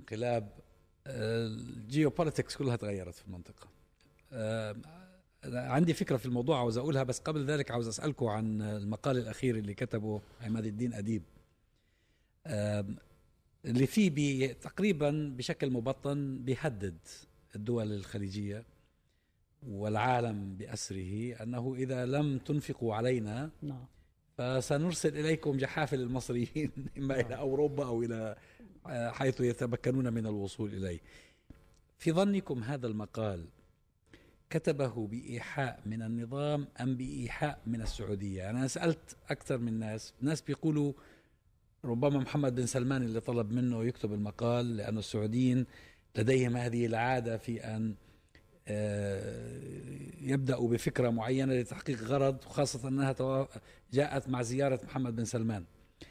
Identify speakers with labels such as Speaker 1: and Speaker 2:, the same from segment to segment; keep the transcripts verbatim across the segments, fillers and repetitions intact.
Speaker 1: الانقلاب الجيوبوليتكس كلها تغيرت في المنطقة. عندي فكرة في الموضوع عاوز أقولها، بس قبل ذلك عاوز أسألكم عن المقال الأخير اللي كتبه عماد الدين أديب، اللي فيه تقريبا بشكل مبطن بيهدد الدول الخليجية والعالم بأسره أنه إذا لم تنفقوا علينا فسنرسل إليكم جحافل المصريين إما إلى أوروبا أو إلى حيث يتمكنون من الوصول إليه. في ظنكم هذا المقال كتبه بإيحاء من النظام أم بإيحاء من السعودية؟ أنا سألت أكثر من ناس، ناس بيقولوا ربما محمد بن سلمان اللي طلب منه يكتب المقال، لأن السعوديين لديهم هذه العادة في أن يبدأوا بفكرة معينة لتحقيق غرض، وخاصة أنها جاءت مع زيارة محمد بن سلمان.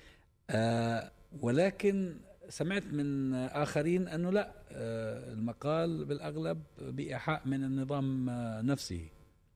Speaker 1: ولكن سمعت من آخرين أنه لا، المقال بالأغلب بإيحاء من النظام نفسه.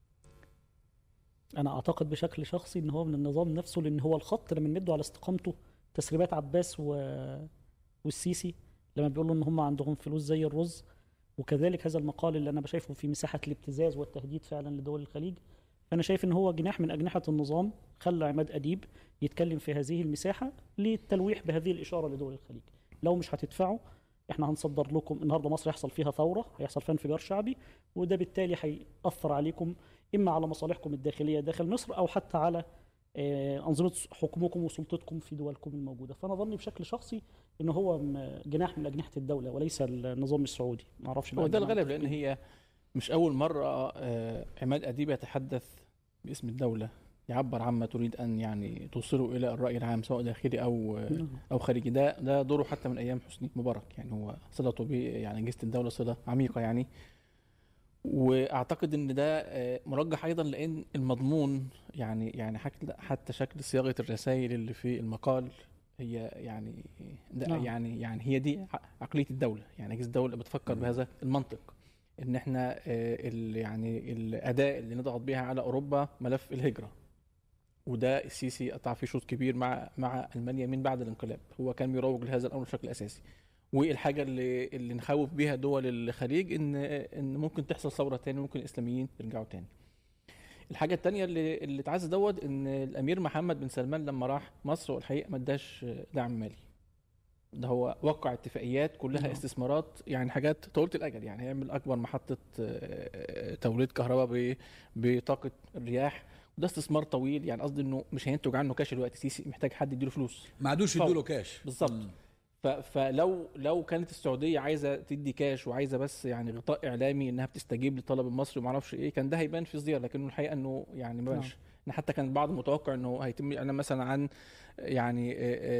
Speaker 2: أنا أعتقد بشكل شخصي أنه هو من النظام نفسه، لأن هو الخط لما نمده على استقامته تسريبات عباس و... والسيسي لما بيقولوا أن هم عندهم فلوس زي الرز، وكذلك هذا المقال اللي أنا بشايفه في مساحة الابتزاز والتهديد فعلا لدول الخليج. فأنا شايف أنه هو جناح من أجنحة النظام خلى عماد أديب يتكلم في هذه المساحة للتلويح بهذه الإشارة لدول الخليج. لو مش هتدفعوا احنا هنصدر لكم. النهارده مصر يحصل فيها ثوره، هيحصل فيها انفجار شعبي، وده بالتالي هيأثر عليكم اما على مصالحكم الداخليه داخل مصر او حتى على انظمه حكمكم وسلطتكم في دولكم الموجوده. فانا ظني بشكل شخصي ان هو جناح من اجنحه الدوله وليس النظام السعودي. ما اعرفش
Speaker 3: هو ده الغالب، لان هي مش اول مره عماد أديب يتحدث باسم الدوله، يعبر عما تريد أن يعني توصله إلى الرأي العام سواء داخلي أو أو خارجي. ده ده دوره حتى من أيام حسني مبارك، يعني هو صلته ب يعني أجهزة الدولة صلة عميقة يعني. وأعتقد إن ده مرجح أيضا، لأن المضمون يعني يعني حتى شكل صياغة الرسائل اللي في المقال هي يعني ده يعني يعني هي دي عقلية الدولة. يعني أجهزة الدولة بتفكر بهذا المنطق، إن إحنا يعني الأداة اللي نضغط بها على أوروبا ملف الهجرة، وده السيسي قطع فيه شوط كبير مع مع المانيا من بعد الانقلاب. هو كان بيروج لهذا الامر بشكل اساسي. والحاجه اللي اللي نخوف بيها دول الخليج ان ان ممكن تحصل ثوره تاني، ممكن الاسلاميين يرجعوا تاني. الحاجه الثانيه اللي اللي اتعز دوت ان الامير محمد بن سلمان لما راح مصر والحقيقه ما اداش دعم مالي. ده هو وقع اتفاقيات كلها استثمارات، يعني حاجات طويله الاجل، يعني هيعمل اكبر محطه توليد كهرباء بطاقه الرياح، ده استثمار طويل. يعني قصدي انه مش هينتج عنه كاش الوقت. سيسي محتاج حد يديله فلوس،
Speaker 1: ما عادوش يديله كاش
Speaker 3: بالظبط. فلو لو كانت السعوديه عايزه تدي كاش وعايزه بس يعني غطاء اعلامي انها بتستجيب للطلب المصري وما اعرفش ايه، كان ده هيبان في الزياره. لكنه الحقيقه انه يعني ما بقاش. حتى كان البعض متوقع انه هيتم اعلان مثلا عن يعني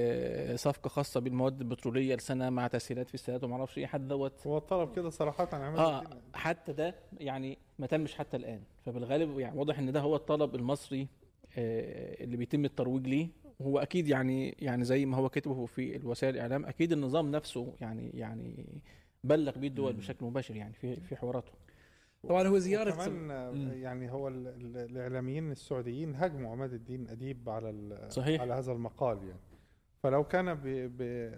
Speaker 3: صفقه خاصه بالمواد البتروليه لسنه مع تسهيلات في السداد وما اعرفش ايه. حد دوت
Speaker 4: هو طلب كده صراحه عن عمل
Speaker 3: اه حتى ده يعني ما تمش حتى الان. فبالغالب يعني واضح ان ده هو الطلب المصري آه اللي بيتم الترويج ليه. وهو اكيد يعني يعني زي ما هو كتبه في الوسائل الاعلام، اكيد النظام نفسه يعني يعني بلغ بيه الدول بشكل مباشر يعني في في حواراته.
Speaker 1: طبعا هو زياره
Speaker 4: كمان يعني هو الاعلاميين السعوديين هاجموا عماد الدين أديب على
Speaker 3: صحيح.
Speaker 4: على هذا المقال يعني. فلو كان ب ب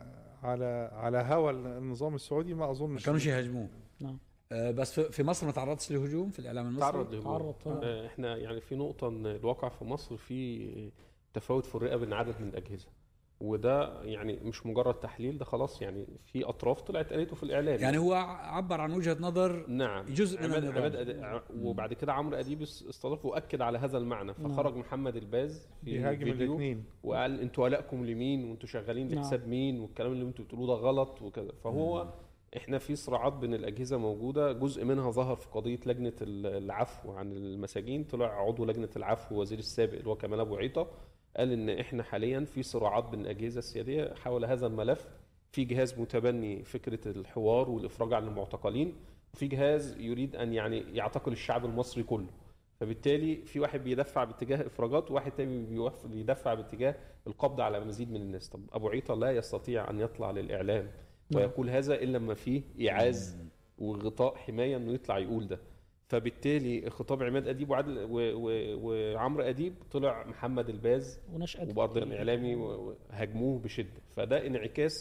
Speaker 4: على على هوى النظام السعودي ما اظنش
Speaker 1: كانوش يهاجموه. نعم. آه بس في مصر ما تعرضتش لهجوم في الاعلام المصري؟
Speaker 5: تعرض لهجوم. آه احنا يعني في نقطه ان الواقع في مصر في تفاوت في الرئه بين عدد من الاجهزه، وده يعني مش مجرد تحليل، ده خلاص يعني في اطراف طلعت قالته في الاعلام.
Speaker 1: يعني هو عبر عن وجهه نظر
Speaker 5: نعم
Speaker 1: جزء من النظام.
Speaker 5: أد... وبعد كده عمرو أديب استضافه واكد على هذا المعنى. فخرج نعم. محمد الباز في فيديو وقال انتوا ولاءكم لمين وانتوا شغالين لحساب نعم. مين، والكلام اللي انتوا بتقولوه ده غلط وكذا. فهو مم. احنا في صراعات بين الاجهزه موجوده، جزء منها ظهر في قضيه لجنه العفو عن المساجين. طلع عضو لجنه العفو وزير السابق اللي هو كمال ابو عيطه قال ان احنا حاليا في صراعات بين الاجهزه السياديه حول هذا الملف. في جهاز متبني فكره الحوار والافراج عن المعتقلين، وفي جهاز يريد ان يعني يعتقل الشعب المصري كله. فبالتالي في واحد بيدفع باتجاه افراجات وواحد تاني بيدفع باتجاه القبض على مزيد من الناس. طب ابو عيطه لا يستطيع ان يطلع للاعلام ويقول هذا الا لما فيه ايعاز وغطاء حمايه انه يطلع يقول ده. فبالتالي خطاب عماد أديب وعدل وعمرو أديب طلع محمد الباز وبرضه الإعلامي هاجموه بشدة. فده انعكاس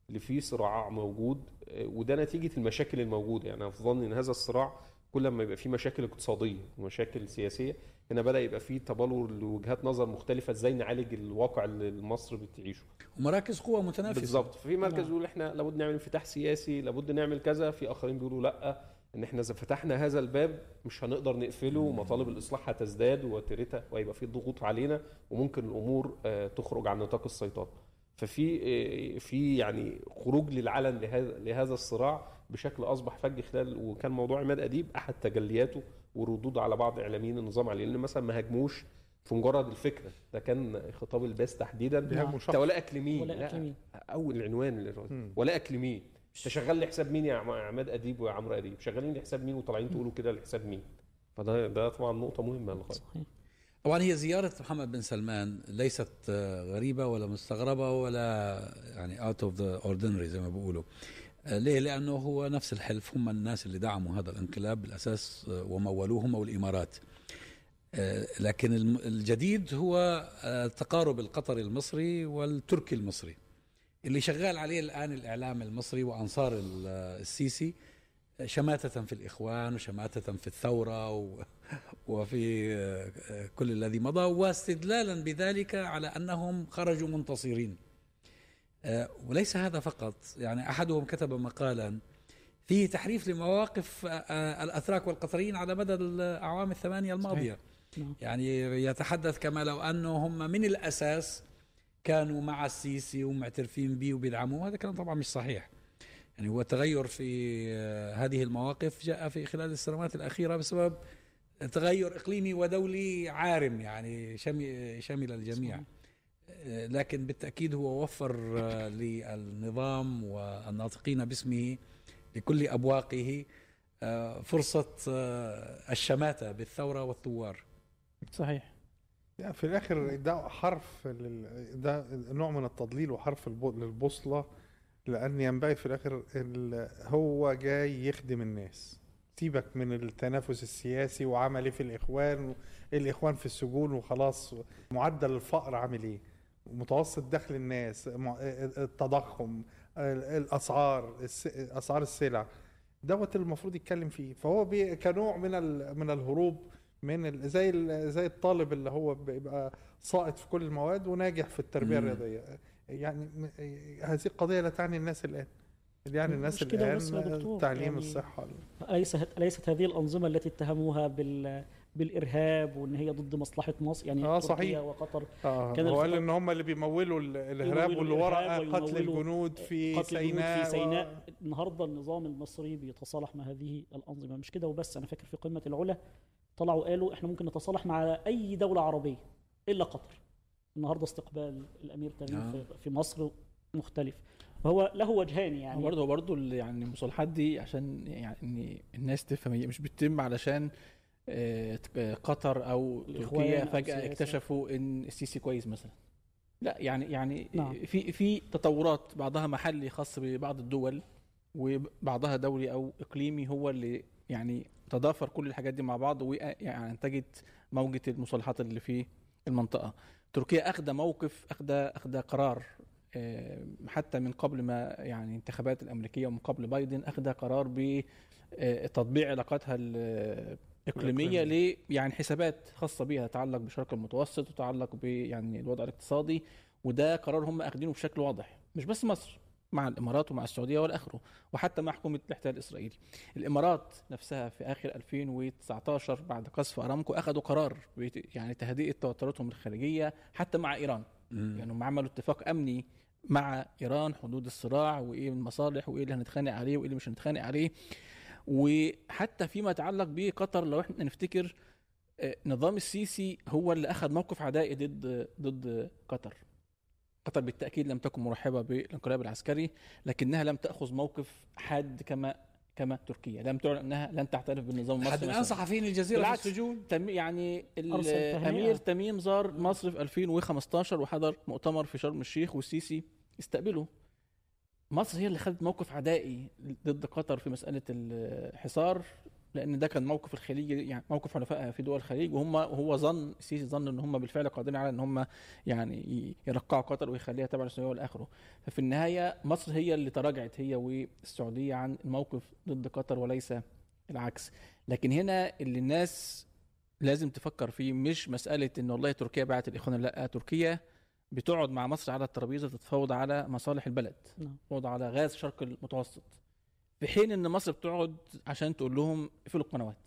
Speaker 5: اللي فيه صراع موجود، وده نتيجه المشاكل الموجوده. يعني انا في ظني ان هذا الصراع كل ما يبقى فيه مشاكل اقتصاديه ومشاكل سياسيه، هنا بدا يبقى فيه تبلور لوجهات نظر مختلفه ازاي نعالج الواقع اللي مصر بتعيشه،
Speaker 1: ومراكز قوه متنافسه.
Speaker 5: بالظبط. في مركز يقول احنا لابد نعمل انفتاح سياسي، لابد نعمل كذا، في اخرين بيقولوا لا، ان احنا اذا فتحنا هذا الباب مش هنقدر نقفله، ومطالب الاصلاح هتزداد وترتها وهيبقى في ضغوط علينا، وممكن الامور تخرج عن نطاق السيطره. ففي في يعني خروج للعلن لهذا لهذا الصراع بشكل اصبح فج خلال، وكان موضوع عماد اديب احد تجلياته وردود على بعض اعلاميين النظام عليه، لان مثلا ما هاجموش في مجرد الفكره، ده كان خطاب الباس تحديدا، ولا اقليمي، لا اول عنوان ولا اقليمي، انت شغال لحساب مين يا عماد اديب وعمرو اديب؟ شغالين لحساب مين وطالعين تقولوا كده لحساب مين؟ فده ده طبعا نقطه مهمه للغايه.
Speaker 1: طبعا هي زياره محمد بن سلمان ليست غريبه ولا مستغربه ولا يعني اوت اوف ذا اوردينري زي ما بيقولوا. ليه؟ لانه هو نفس الحلف، هم الناس اللي دعموا هذا الانقلاب بالاساس ومولوه هم والامارات. لكن الجديد هو التقارب القطري المصري والتركي المصري اللي شغال عليه الآن الإعلام المصري وأنصار السيسي، شماتة في الإخوان وشماتة في الثورة وفي كل الذي مضى، واستدلالا بذلك على أنهم خرجوا منتصرين. وليس هذا فقط، يعني أحدهم كتب مقالا فيه تحريف لمواقف الأتراك والقطريين على مدى الأعوام الثمانية الماضية. يعني يتحدث كما لو أنهم من الأساس كانوا مع السيسي ومعترفين به وبيدعموه. هذا كلام طبعا مش صحيح. يعني هو التغير في هذه المواقف جاء في خلال السنوات الأخيرة بسبب تغير إقليمي ودولي عارم يعني شمل الجميع. لكن بالتأكيد هو وفر للنظام والناطقين باسمه لكل أبواقه فرصة الشماتة بالثورة والثوار.
Speaker 3: صحيح.
Speaker 4: يعني في الاخر ده حرف ده نوع من التضليل وحرف للبوصله، لان ينبغي في الاخر هو جاي يخدم الناس. سيبك من التنافس السياسي وعمل ايه في الاخوان، الاخوان في السجون وخلاص، معدل الفقر عامل ايه، متوسط دخل الناس، التضخم، الاسعار اسعار السلع، دوت المفروض يتكلم فيه. فهو كنوع من من الهروب من زي زي الطالب اللي هو بيبقى ساقط في كل المواد وناجح في التربيه الرياضيه. يعني هذه القضيه لا تعني الناس الان، يعني الناس الان التعليم يعني الصحه.
Speaker 2: ليست ليست هذه الانظمه التي اتهموها بال بالارهاب وان هي ضد مصلحه مصر، يعني
Speaker 4: اه صحيح
Speaker 2: وقطر.
Speaker 4: آه كان هو قال ان هم اللي بيمولوا الارهاب واللي وراء قتل الجنود في
Speaker 2: قتل
Speaker 4: سيناء
Speaker 2: في سيناء و... النهارده النظام المصري بيتصالح مع هذه الانظمه. مش كده وبس، انا فاكر في قمه العلا طلعوا قالوا احنا ممكن نتصالح مع اي دوله عربيه الا قطر. النهارده استقبال الامير تميم آه. في مصر مختلف، فهو له وجهان. يعني
Speaker 3: برضه برضه يعني المصالحات دي عشان يعني الناس تفهم، هي مش بتتم علشان قطر او تركيا فجاه اكتشفوا ان السيسي كويس مثلا. لا يعني يعني نعم. في في تطورات بعضها محلي خاص ببعض الدول وبعضها دولي او اقليمي هو اللي يعني تضافر كل الحاجات دي مع بعض ويعني انتجت موجة المصالحات اللي في المنطقة. تركيا أخذ موقف أخذ أخذ قرار حتى من قبل ما يعني انتخابات الأمريكية ومن قبل بايدن، أخذ قرار بتطبيع علاقاتها الإقليمية ل يعني حسابات خاصة بها تتعلق بالشرق المتوسط وتتعلق يعني الوضع الاقتصادي، وده قرار هم أخذينه بشكل واضح، مش بس مصر، مع الإمارات ومع السعودية والآخره، وحتى مع حكومة الاحتلال الإسرائيلي. الإمارات نفسها في آخر ألفين وتسعتاشر بعد قصف أرامكو أخذوا قرار يعني تهدئة توتراتهم الخارجية حتى مع إيران. يعني يعني هم عملوا اتفاق أمني مع إيران، حدود الصراع وإيه المصالح وإيه اللي هنتخانق عليه وإيه اللي مش هنتخانق عليه. وحتى فيما يتعلق بقطر لو احنا نفتكر نظام السيسي هو اللي أخذ موقف عدائي ضد ضد قطر. قطر بالتأكيد لم تكن مرحبة بالانقلاب العسكري، لكنها لم تأخذ موقف حاد كما كما تركيا، لم تعلن أنها لن تعترف بالنظام المصري.
Speaker 1: حد الآن صحفيين الجزيرة في السجون.
Speaker 3: يعني الأمير تميم زار مصر في ألفين وخمستاشر وحضر مؤتمر في شرم الشيخ والسيسي استقبله. مصر هي اللي خدت موقف عدائي ضد قطر في مسألة الحصار لان ده كان موقف الخليج، يعني موقف حلفاء في دول الخليج، وهم وهو ظن السيسي ظن ان هم بالفعل قادرين على ان هم يعني يرقعوا قطر ويخليها تبع السعوديه والاخره. ففي النهايه مصر هي اللي تراجعت هي والسعوديه عن الموقف ضد قطر وليس العكس. لكن هنا اللي الناس لازم تفكر فيه مش مساله ان والله تركيا باعت الاخوان، لا، تركيا بتقعد مع مصر على الترابيزه تتفاوض على مصالح البلد، تتفاوض على غاز شرق المتوسط، في حين ان مصر بتقعد عشان تقول لهم اقفلوا القنوات.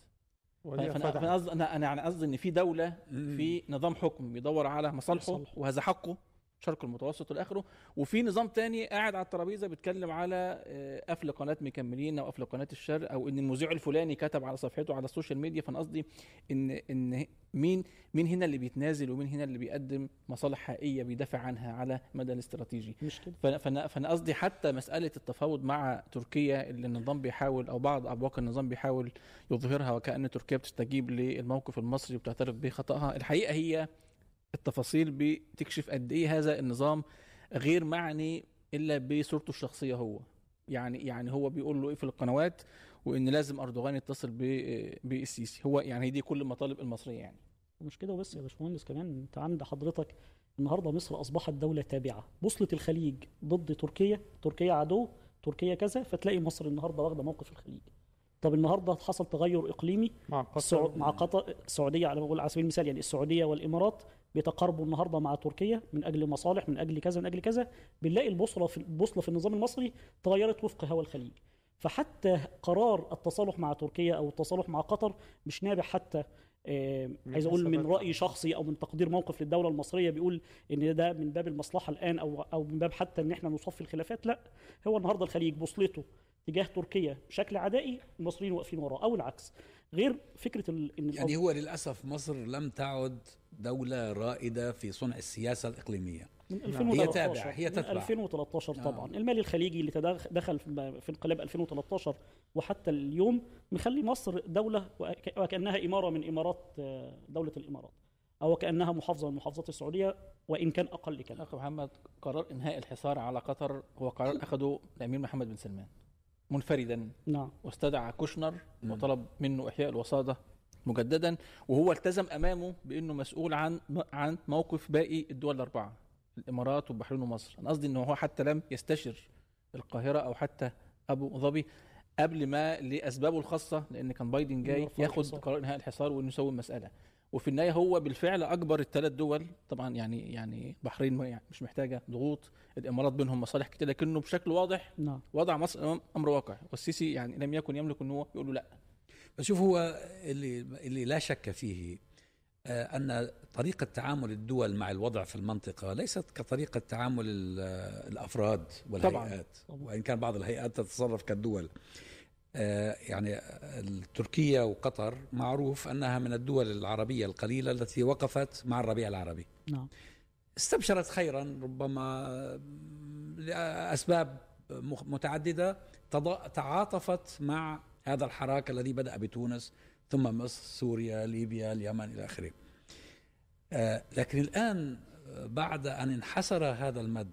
Speaker 3: فانا قصدي انا انا يعني قصدي ان في دوله في نظام حكم بيدور على مصالحه وهذا حقه شرق المتوسط والاخره، وفي نظام تاني قاعد على الترابيزه بيتكلم على قفل قناه مكملين او قفل قناه الشرق، او ان المذيع الفلاني كتب على صفحته على السوشيال ميديا. فانا قصدي ان ان مين مين هنا اللي بيتنازل ومين هنا اللي بيقدم مصالح حقيقيه بيدافع عنها على المدى الاستراتيجي.
Speaker 2: مش كده.
Speaker 3: فانا فانا قصدي حتى مساله التفاوض مع تركيا اللي النظام بيحاول او بعض ابواق النظام بيحاول يظهرها وكأن تركيا بتستجيب للموقف المصري وبتعترف بخطأها، الحقيقه هي التفاصيل بتكشف قد ايه هذا النظام غير معني الا بصورته الشخصيه هو. يعني يعني هو بيقول له اقفل القنوات وان لازم اردوغان يتصل بالسيسي، هو يعني دي كل المطالب المصريه. يعني
Speaker 2: مش كده وبس يا باشمهندس، كمان انت عند حضرتك النهارده مصر اصبحت دوله تابعه، بوصله الخليج ضد تركيا، تركيا عدو، تركيا كذا، فتلاقي مصر النهارده واخده موقف الخليج. طب النهارده حصل تغير اقليمي
Speaker 4: مع قطر
Speaker 2: مع قطر السعوديه على بقول على سبيل المثال، يعني السعوديه والامارات بيتقاربوا النهارده مع تركيا من اجل مصالح، من اجل كذا من اجل كذا، بنلاقي البوصله في البوصله في النظام المصري تغيرت وفق هوى الخليج. فحتى قرار التصالح مع تركيا او التصالح مع قطر مش نابع حتى آه عايز اقول من راي شخصي او من تقدير موقف للدوله المصريه بيقول ان ده من باب المصلحه الان او او من باب حتى ان احنا نصفي الخلافات. لا، هو النهارده الخليج بوصلته تجاه تركيا بشكل عدائي، المصريين واقفين وراه او العكس. غير فكره ان
Speaker 1: يعني هو للاسف مصر لم تعد دوله رائده في صنع السياسه الاقليميه.
Speaker 2: من ألفين وثلاثة عشر
Speaker 1: هي تابعه، هي تتبع.
Speaker 2: من ألفين وثلاثة عشر طبعا. آه. المال الخليجي اللي دخل في انقلاب ألفين وثلاثة عشر وحتى اليوم مخلي مصر دوله وكانها اماره من امارات دوله الامارات، او كانها محافظه من محافظات السعوديه وان كان اقل كمان.
Speaker 3: اخي محمد، قرار انهاء الحصار على قطر هو قرار اخذه الامير محمد بن سلمان منفردا.
Speaker 2: نعم.
Speaker 3: واستدعى كوشنر وطلب منه احياء الوصاده مجددا، وهو التزم امامه بانه مسؤول عن عن موقف باقي الدول الاربعه، الامارات والبحرين ومصر. انا قصدي انه هو حتى لم يستشر القاهره او حتى ابو ظبي قبل ما لاسبابه الخاصه، لان كان بايدن جاي ياخد قرار انهاء الحصار وانه يسوي المساله. وفي النهايه هو بالفعل اجبر الثلاث دول، طبعا يعني يعني البحرين مش محتاجه ضغوط، الامارات بينهم مصالح كتير، لكنه بشكل واضح
Speaker 2: نعم.
Speaker 3: وضع مصر امام امر واقع، والسيسي يعني لم يكن يملك ان هو يقول له لا.
Speaker 1: شوف، هو اللي اللي لا شك فيه أن طريقة تعامل الدول مع الوضع في المنطقة ليست كطريقة تعامل الأفراد والهيئات طبعا. وإن كان بعض الهيئات تتصرف كالدول. يعني تركيا وقطر معروف أنها من الدول العربية القليلة التي وقفت مع الربيع العربي.
Speaker 2: نعم.
Speaker 1: استبشرت خيرا ربما لأسباب متعددة، تعاطفت مع هذا الحراك الذي بدأ بتونس ثم مصر، سوريا، ليبيا، اليمن إلى آخره. آه لكن الآن بعد أن انحسر هذا المد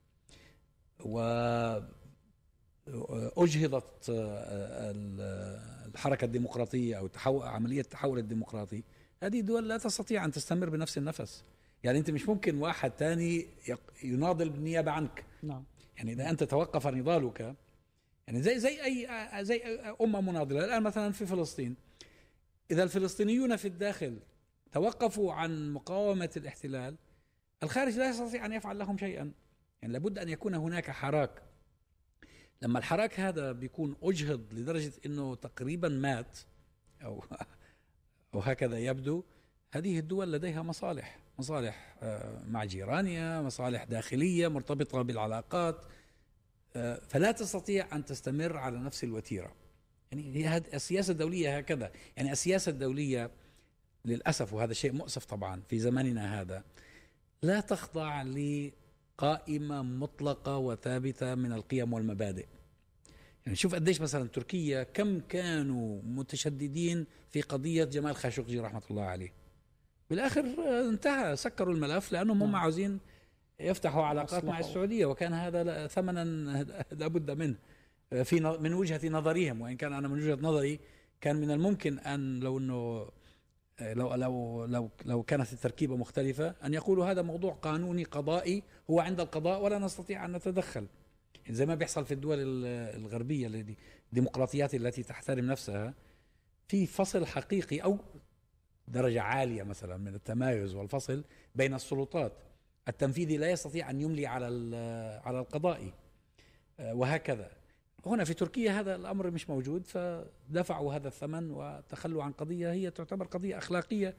Speaker 1: وأجهضت آه الحركة الديمقراطية أو تحول عملية التحول الديمقراطي، هذه الدول لا تستطيع أن تستمر بنفس النفس. يعني أنت مش ممكن واحد تاني يناضل بالنيابة عنك.
Speaker 2: نعم.
Speaker 1: يعني إذا أنت توقف نضالك، يعني زي زي أي زي أمة مناضلة الآن مثلا في فلسطين، إذا الفلسطينيون في الداخل توقفوا عن مقاومة الاحتلال، الخارج لا يستطيع أن يفعل لهم شيئا. يعني لابد أن يكون هناك حراك. لما الحراك هذا بيكون أجهض لدرجة أنه تقريبا مات أو أو هكذا يبدو، هذه الدول لديها مصالح مصالح مع جيرانها، مصالح داخلية مرتبطة بالعلاقات، فلا تستطيع أن تستمر على نفس الوتيرة. يعني هي السياسة الدولية هكذا. يعني السياسة الدولية للأسف، وهذا شيء مؤسف طبعا في زماننا هذا، لا تخضع لقائمة مطلقة وثابتة من القيم والمبادئ. يعني شوف قديش مثلا تركيا كم كانوا متشددين في قضية جمال خاشقجي رحمة الله عليه، بالآخر انتهى، سكروا الملف لأنهم هم عاوزين يفتحوا علاقات مع السعودية، وكان هذا ثمنا لابد منه في من وجهة نظرهم، وإن كان أنا من وجهة نظري كان من الممكن أن لو أنه لو لو لو لو كانت التركيبة مختلفة أن يقولوا هذا موضوع قانوني قضائي هو عند القضاء ولا نستطيع أن نتدخل، زي ما بيحصل في الدول الغربية الديمقراطيات التي تحترم نفسها، في فصل حقيقي أو درجة عالية مثلا من التمايز والفصل بين السلطات. التنفيذي لا يستطيع أن يملي على على القضائي وهكذا. هنا في تركيا هذا الأمر مش موجود، فدفعوا هذا الثمن وتخلوا عن قضية هي تعتبر قضية أخلاقية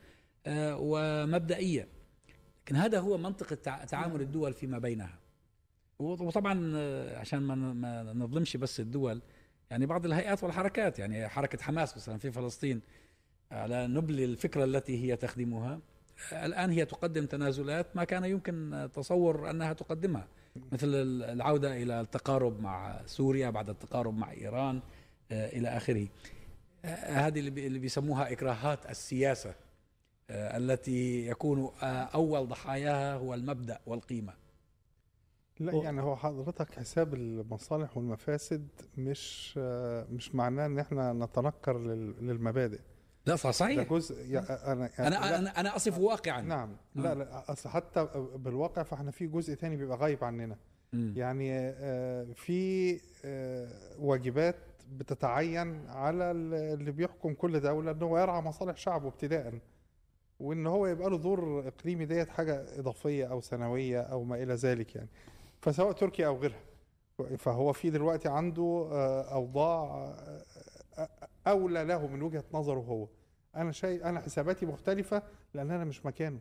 Speaker 1: ومبدئية. لكن هذا هو منطق تعامل الدول فيما بينها. وطبعا عشان ما نظلمش بس الدول، يعني بعض الهيئات والحركات، يعني حركة حماس مثلا في فلسطين على نبل الفكرة التي هي تخدمها، الآن هي تقدم تنازلات ما كان يمكن تصور أنها تقدمها، مثل العودة إلى التقارب مع سوريا بعد التقارب مع إيران إلى آخره. هذه اللي بيسموها إكراهات السياسة التي يكون أول ضحاياها هو المبدأ والقيمة.
Speaker 4: لا يعني هو حضرتك حساب المصالح والمفاسد مش مش معناه ان احنا نتنكر للمبادئ.
Speaker 1: لا صحيح،
Speaker 4: ده جزء يعني
Speaker 1: انا انا انا انا اصف واقعا.
Speaker 4: نعم لا لا اصل حتى بالواقع فاحنا في جزء تاني بيبقى غايب عننا. م. يعني في واجبات بتتعين على اللي بيحكم كل دولة ان هو يرعى مصالح شعبه ابتداء، وان هو يبقى له دور اقليمي ديت حاجة اضافية او سنوية او ما الى ذلك يعني. فسواء تركيا او غيرها، فهو في دلوقتي عنده اوضاع اولى له من وجهة نظره هو. انا شيء انا حساباتي مختلفة لان انا مش مكانه،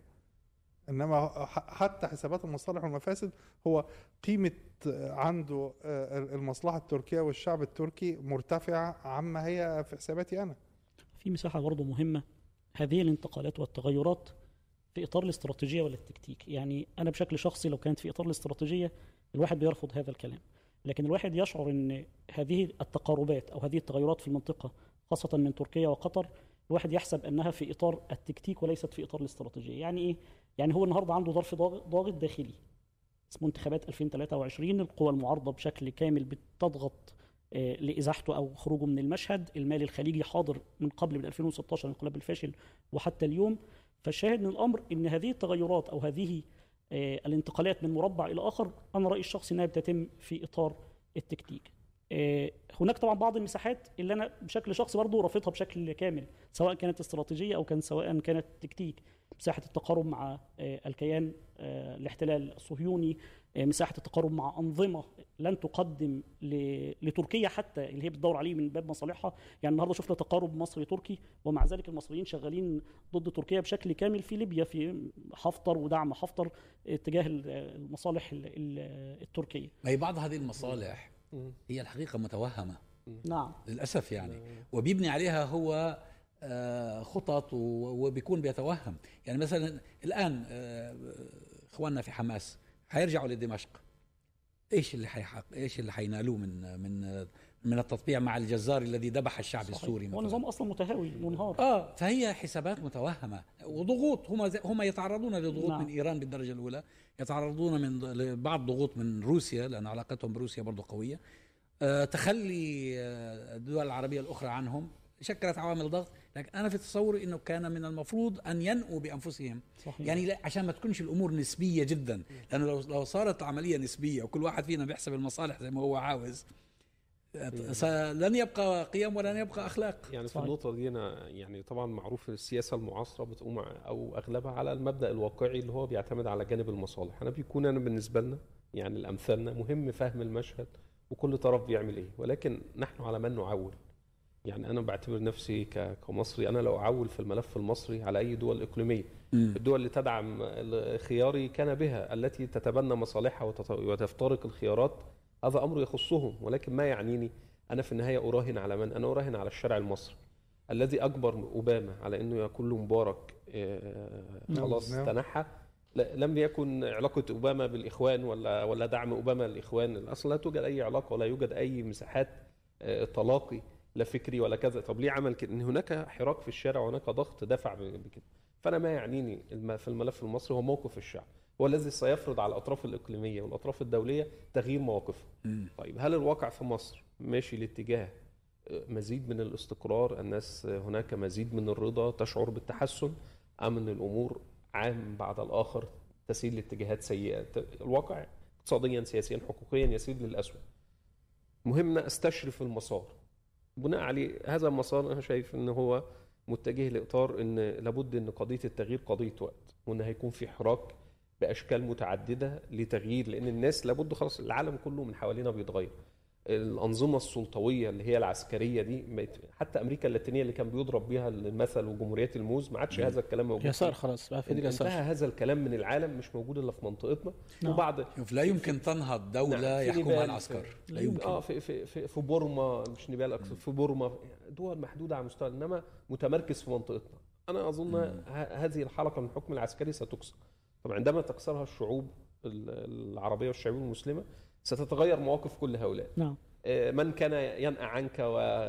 Speaker 4: انما حتى حسابات المصالح والمفاسد هو قيمة عنده المصلحة التركية والشعب التركي مرتفعة عما هي في حساباتي انا.
Speaker 2: في مساحة برضه مهمة، هذه الانتقالات والتغيرات في إطار الاستراتيجية ولا التكتيك. يعني أنا بشكل شخصي لو كانت في إطار الاستراتيجية الواحد بيرفض هذا الكلام، لكن الواحد يشعر أن هذه التقاربات أو هذه التغيرات في المنطقة خاصة من تركيا وقطر الواحد يحسب أنها في إطار التكتيك وليست في إطار الاستراتيجية. يعني إيه؟ يعني هو النهاردة عنده ظرف ضاغط داخلي اسمه انتخابات ألفين وثلاثة وعشرين، القوى المعارضة بشكل كامل بتضغط لإزاحته أو خروجه من المشهد، المال الخليجي حاضر من قبل من ألفين وستة عشر الانقلاب الفاشل وحتى اليوم. فالشاهد من الأمر أن هذه التغيرات أو هذه الانتقالات من مربع إلى آخر أنا رأيي الشخصي أنها بتتم في إطار التكتيك. هناك طبعا بعض المساحات اللي أنا بشكل شخصي برضو رافضها بشكل كامل، سواء كانت استراتيجية أو كان سواء كانت تكتيك. مساحة التقارب مع الكيان الاحتلال الصهيوني، مساحة التقارب مع أنظمة لن تقدم لتركيا حتى اللي هي بتدور عليه من باب مصالحها. يعني النهارده شفنا تقارب مصري تركي ومع ذلك المصريين شغالين ضد تركيا بشكل كامل في ليبيا في حفتر ودعم حفتر اتجاه المصالح التركية.
Speaker 1: أي بعض هذه المصالح هي الحقيقة متوهمة
Speaker 2: نعم
Speaker 1: للأسف يعني، وبيبني عليها هو خطط وبيكون بيتوهم. يعني مثلا الآن إخواننا في حماس هيرجعوا لدمشق، ايش اللي حيحقق ايش اللي حينالوه من من من التطبيع مع الجزار الذي ذبح الشعب صحيح. السوري مثلا.
Speaker 2: هو نظام اصلا متهاوي منهار.
Speaker 1: اه فهي حسابات متوهمه وضغوط، هم هم يتعرضون لضغوط نعم. من ايران بالدرجه الاولى، يتعرضون من لبعض ضغوط من روسيا لان علاقتهم بروسيا برضه قويه. آه تخلي الدول العربيه الاخرى عنهم شكلت عوامل ضغط. لكن انا في تصوري انه كان من المفروض ان ينأوا بانفسهم صحيح. يعني لا عشان ما تكونش الامور نسبيه جدا، لانه لو لو صارت العمليه نسبيه وكل واحد فينا بيحسب المصالح زي ما هو عاوز لن يبقى قيم ولن يبقى اخلاق.
Speaker 5: يعني في النقطه دي انا يعني طبعا معروف السياسه المعاصره بتقوم او اغلبها على المبدا الواقعي اللي هو بيعتمد على جانب المصالح. انا بيكون انا بالنسبه لنا يعني الامثالنا مهم فهم المشهد وكل طرف بيعمل ايه، ولكن نحن على من نعول. يعني أنا بعتبر نفسي كمصري أنا لو أعول في الملف المصري على أي دول إقليمية، الدول اللي تدعم خياري كان بها، التي تتبنى مصالحها وتفترق الخيارات، هذا أمر يخصهم. ولكن ما يعنيني أنا في النهاية أراهن على من؟ أنا أراهن على الشارع المصري الذي أجبر أوباما على أنه يكون له مبارك خلاص تنحى. لم يكن علاقة أوباما بالإخوان ولا ولا دعم أوباما للإخوان، أصلا لا توجد أي علاقة ولا يوجد أي مساحات تلاقي لا فكري ولا كذا. طب ليه عمل كده؟ ان هناك حراك في الشارع وهناك ضغط دفع بكده. فانا ما يعنيني في الملف المصري هو موقف الشعب، هو الذي سيفرض على الاطراف الاقليميه والاطراف الدوليه تغيير مواقفها. طيب هل الواقع في مصر ماشي لاتجاه مزيد من الاستقرار، الناس هناك مزيد من الرضا، تشعر بالتحسن، أم أن الأمور عام بعد الآخر تسير لاتجاهات سيئة؟ الواقع اقتصاديا سياسيا حقوقيا يسير للأسوأ. مهم أستشرف المسار، بناء عليه هذا المسار أنا شايف أنه هو متجه لإطار أن لابد أن قضية التغيير قضية وقت، وأن هيكون في حراك بأشكال متعددة لتغيير، لأن الناس لابد خلاص العالم كله من حوالينا بيتغير. الأنظمة السلطوية اللي هي العسكرية دي، حتى أمريكا اللاتينية اللي كان بيضرب بها المثل وجمهوريات الموز، ما عادش هذا الكلام موجود.
Speaker 3: يسار خلاص بقى في
Speaker 5: اليسار، انتهى هذا الكلام من العالم، مش موجود إلا في منطقتنا.
Speaker 2: نعم.
Speaker 5: وبعض
Speaker 1: لا يمكن تنهض دولة نعم. يحكمها العسكر،
Speaker 5: لا يمكن. اه في في في, في بورما، مش نبال أكثر، في بورما دول محدودة على مستوى، إنما متمركز في منطقتنا. أنا أظن هذه الحلقة من الحكم العسكري ستكسر. طبعا عندما تكسرها الشعوب العربية والشعوب المسلمة ستتغير مواقف كل هؤلاء.
Speaker 2: نعم.
Speaker 5: من كان ينأى عنك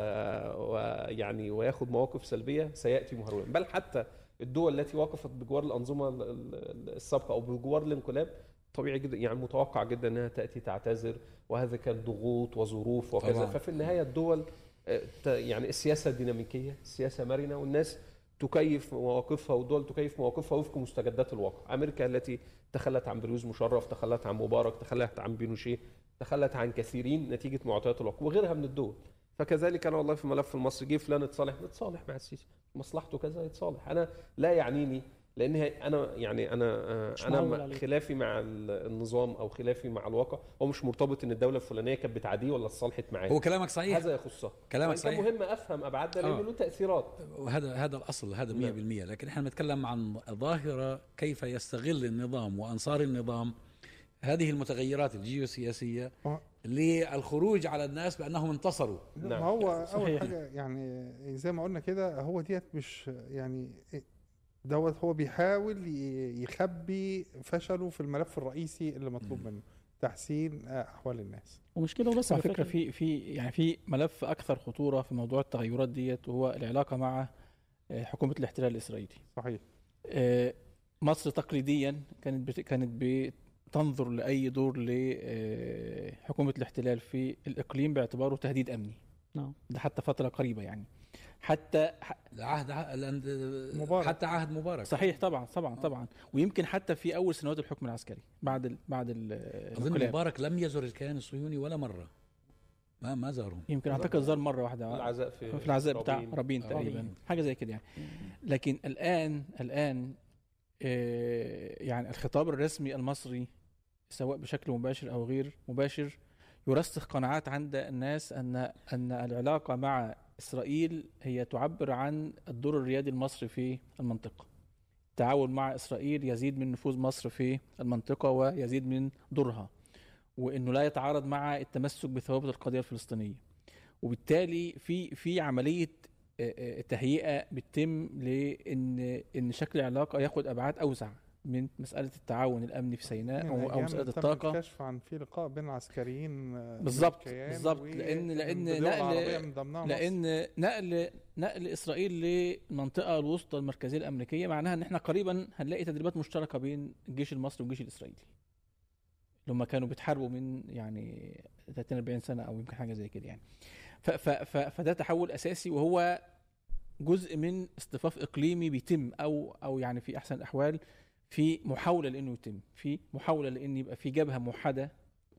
Speaker 5: ويعني وياخذ مواقف سلبية سيأتي مهرولا. بل حتى الدول التي وقفت بجوار الأنظمة السابقة أو بجوار الانقلاب طبيعي جدا، يعني متوقع جدا أنها تأتي تعتذر، وهذا كان ضغوط وظروف وكذا. طبعا. ففي النهاية الدول يعني السياسة ديناميكية، السياسة مرنة، والناس تكيف مواقفها، والدول تكيف مواقفها وفق مستجدات الواقع. أمريكا التي تخلت عن بروز مشرف، تخلت عن مبارك، تخلت عن بينوشيه، تخلت عن كثيرين نتيجة معطيات الواقع، وغيرها من الدول. فكذلك أنا والله في ملف المصري، جه فلان اتصالح، نتصالح مع السيسي، مصلحته كذا يتصالح، أنا لا يعنيني، لأن أنا يعني أنا أنا خلافي مع النظام أو خلافي مع الواقع هو مش مرتبط إن الدولة الفلانية كانت بتعاديه ولا اتصالحت معاه.
Speaker 1: هو كلامك صحيح،
Speaker 5: هذا يخصها،
Speaker 1: كلامك صحيح.
Speaker 5: مهم أفهم أبعاد ده لأنه له تأثيرات،
Speaker 1: وهذا هذا الأصل، هذا مية بالمية. لكن إحنا نتكلم عن ظاهرة كيف يستغل النظام وأنصار النظام هذه المتغيرات الجيوسياسية للخروج على الناس بأنهم انتصروا.
Speaker 4: نعم. ما هو أول حاجة يعني زي ما قلنا كده، هو ديت مش يعني دوت، هو بيحاول يخبي فشله في الملف الرئيسي اللي مطلوب منه، تحسين أحوال الناس.
Speaker 2: ومش كده بس،
Speaker 3: على فكرة في في يعني في ملف أكثر خطورة في موضوع التغيرات ديت، وهو العلاقة مع حكومة الاحتلال الإسرائيلي.
Speaker 4: صحيح.
Speaker 3: مصر تقليديا كانت بت كانت بتنظر لأي دور لحكومة الاحتلال في الإقليم باعتباره تهديد أمني.
Speaker 2: نعم.
Speaker 3: ده حتى فترة قريبة يعني، حتى
Speaker 1: عهد مبارك، حتى عهد مبارك.
Speaker 3: صحيح طبعا طبعا طبعا. ويمكن حتى في اول سنوات الحكم العسكري بعد ال بعد ال
Speaker 1: اظن مبارك لم يزور الكيان الصهيوني ولا مره، ما ما زارهم.
Speaker 3: يمكن اعتقد زار مره واحده
Speaker 5: العزاء في,
Speaker 3: في العزاء بتاع رابين تقريبا، حاجه زي كده يعني. لكن الان الان يعني الخطاب الرسمي المصري سواء بشكل مباشر او غير مباشر يرسخ قناعات عند الناس ان ان العلاقه مع إسرائيل هي تعبر عن الدور الريادي المصري في المنطقة. التعاون مع إسرائيل يزيد من نفوذ مصر في المنطقة ويزيد من دورها، وإنه لا يتعارض مع التمسك بثوابت القضية الفلسطينية. وبالتالي في في عملية تهيئة بتتم لأن إن شكل العلاقة ياخد أبعاد أوسع من مسألة التعاون الأمني في سيناء أو, أو مسألة الطاقة.
Speaker 4: كشف عن في لقاء بين العسكريين
Speaker 3: بالضبط بالضبط لأن لأن نقل لأن نقل نقل إسرائيل للمنطقة الوسطى المركزية الأمريكية معناها إن إحنا قريبا هنلاقي تدريبات مشتركة بين الجيش المصري والجيش الإسرائيلي، لما كانوا بيتحاربوا من يعني ثلاثين أربعين سنة أو يمكن حاجة زي كده يعني. ف ف ف فده تحول أساسي، وهو جزء من اصطفاف إقليمي بيتم أو أو يعني في أحسن الأحوال في محاولة لأنه يتم، في محاولة لأن يبقى في جبهة موحدة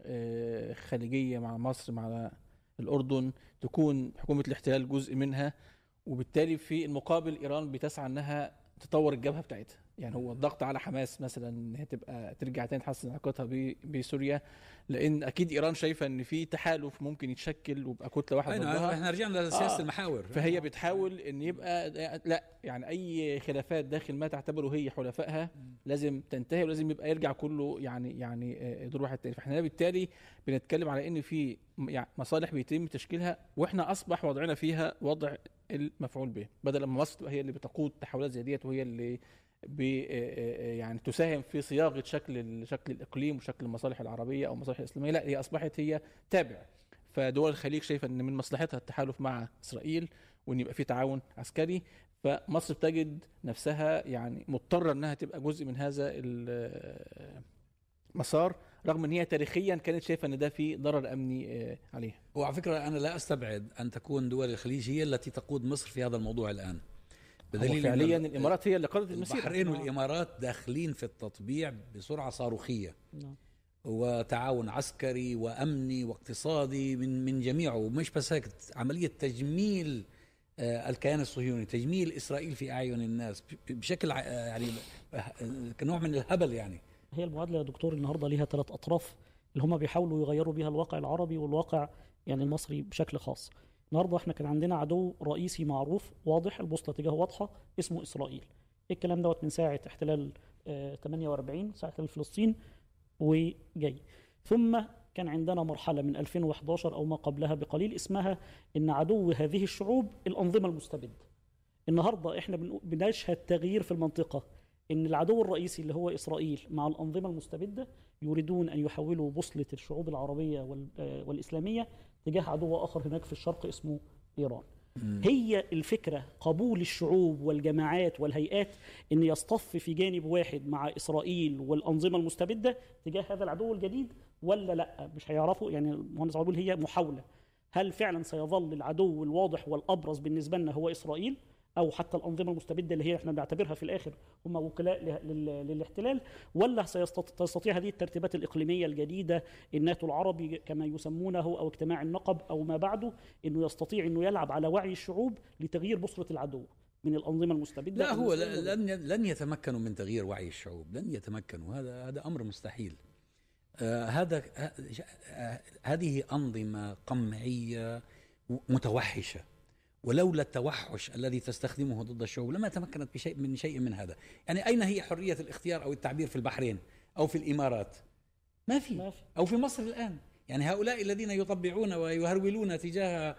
Speaker 3: خليجية مع مصر مع الأردن، تكون حكومة الاحتلال جزء منها، وبالتالي في المقابل إيران بتسعى أنها تطور الجبهة بتاعتها. يعني هو الضغط على حماس مثلا انها تبقى ترجع تاني تحسن علاقتها بسوريا، لان اكيد ايران شايفه ان في تحالف ممكن يتشكل ويبقى كتله واحده ضدها.
Speaker 1: احنا رجعنا لسياسه آه. المحاور،
Speaker 3: فهي بتحاول ان يبقى لا يعني اي خلافات داخل ما تعتبره هي حلفائها لازم تنتهي، ولازم يبقى يرجع كله يعني يعني دور واحد تاني. فاحنا بالتالي بنتكلم على ان في مصالح بيتم تشكيلها، واحنا اصبح وضعنا فيها وضع المفعول به، بدل ما مصر هي اللي بتقود تحولات زي ديت وهي اللي يعني تساهم في صياغه شكل شكل الاقليم وشكل المصالح العربيه او المصالح الاسلاميه، لا هي اصبحت هي تابع. فدول الخليج شايفه ان من مصلحتها التحالف مع اسرائيل وان يبقى في تعاون عسكري، فمصر تجد نفسها يعني مضطره انها تبقى جزء من هذا مسار، رغم ان هي تاريخيا كانت شايفه ان ده في ضرر امني عليها.
Speaker 1: وعلى فكره انا لا استبعد ان تكون دول الخليج هي التي تقود مصر في هذا الموضوع الان،
Speaker 3: بدليل فعليا الامارات هي اللي قادت المسيره.
Speaker 1: البحرين والامارات داخلين في التطبيع بسرعه صاروخيه، وتعاون عسكري وامني واقتصادي من من جميعه، ومش بس هيك، عمليه تجميل الكيان الصهيوني، تجميل اسرائيل في اعين الناس بشكل يعني كنوع من الهبل. يعني
Speaker 2: هي المعادله يا دكتور النهارده ليها ثلاث اطراف اللي هم بيحاولوا يغيروا بيها الواقع العربي والواقع يعني المصري بشكل خاص. النهارده احنا كان عندنا عدو رئيسي معروف واضح، البوصله اتجاهه واضحه، اسمه اسرائيل. الكلام دوت من ساعه احتلال اه ثمانية وأربعين، ساعه احتلال فلسطين وجاي. ثم كان عندنا مرحله من ألفين وإحدى عشر او ما قبلها بقليل اسمها ان عدو هذه الشعوب الانظمه المستبده. النهارده احنا بنشهد تغيير في المنطقه، ان العدو الرئيسي اللي هو اسرائيل مع الانظمه المستبده يريدون ان يحولوا بوصله الشعوب العربيه والاسلاميه تجاه عدو اخر هناك في الشرق اسمه ايران. مم. هي الفكره قبول الشعوب والجماعات والهيئات ان يصطف في جانب واحد مع اسرائيل والانظمه المستبده تجاه هذا العدو الجديد، ولا لا مش هيعرفوا. يعني المهندس عبد هي محاوله، هل فعلا سيظل العدو الواضح والابرز بالنسبه لنا هو اسرائيل او حتى الانظمه المستبده اللي هي احنا بنعتبرها في الاخر هم وكلاء للاحتلال، ولا سيستطيع هذه الترتيبات الاقليميه الجديده الناتو العربي كما يسمونه او اجتماع النقب او ما بعده انه يستطيع انه يلعب على وعي الشعوب لتغيير بصره العدو من الانظمه المستبده؟
Speaker 1: لا، هو لن لن يتمكنوا من تغيير وعي الشعوب، لن يتمكنوا، هذا هذا امر مستحيل. آه هذا آه هذه انظمه قمعيه متوحشه، ولولا التوحش الذي تستخدمه ضد الشعوب لما تمكنت بشيء من شيء من هذا. يعني أين هي حرية الاختيار أو التعبير في البحرين أو في الإمارات؟ ما في. أو في مصر الآن. يعني هؤلاء الذين يطبعون ويهرولون تجاه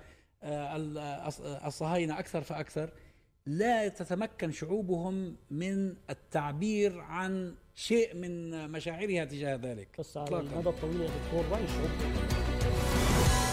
Speaker 1: الصهاينة أكثر فأكثر، لا تتمكن شعوبهم من التعبير عن شيء من مشاعرها تجاه ذلك.
Speaker 2: بس على المدى الطويل يا دكتور رأي الشعوب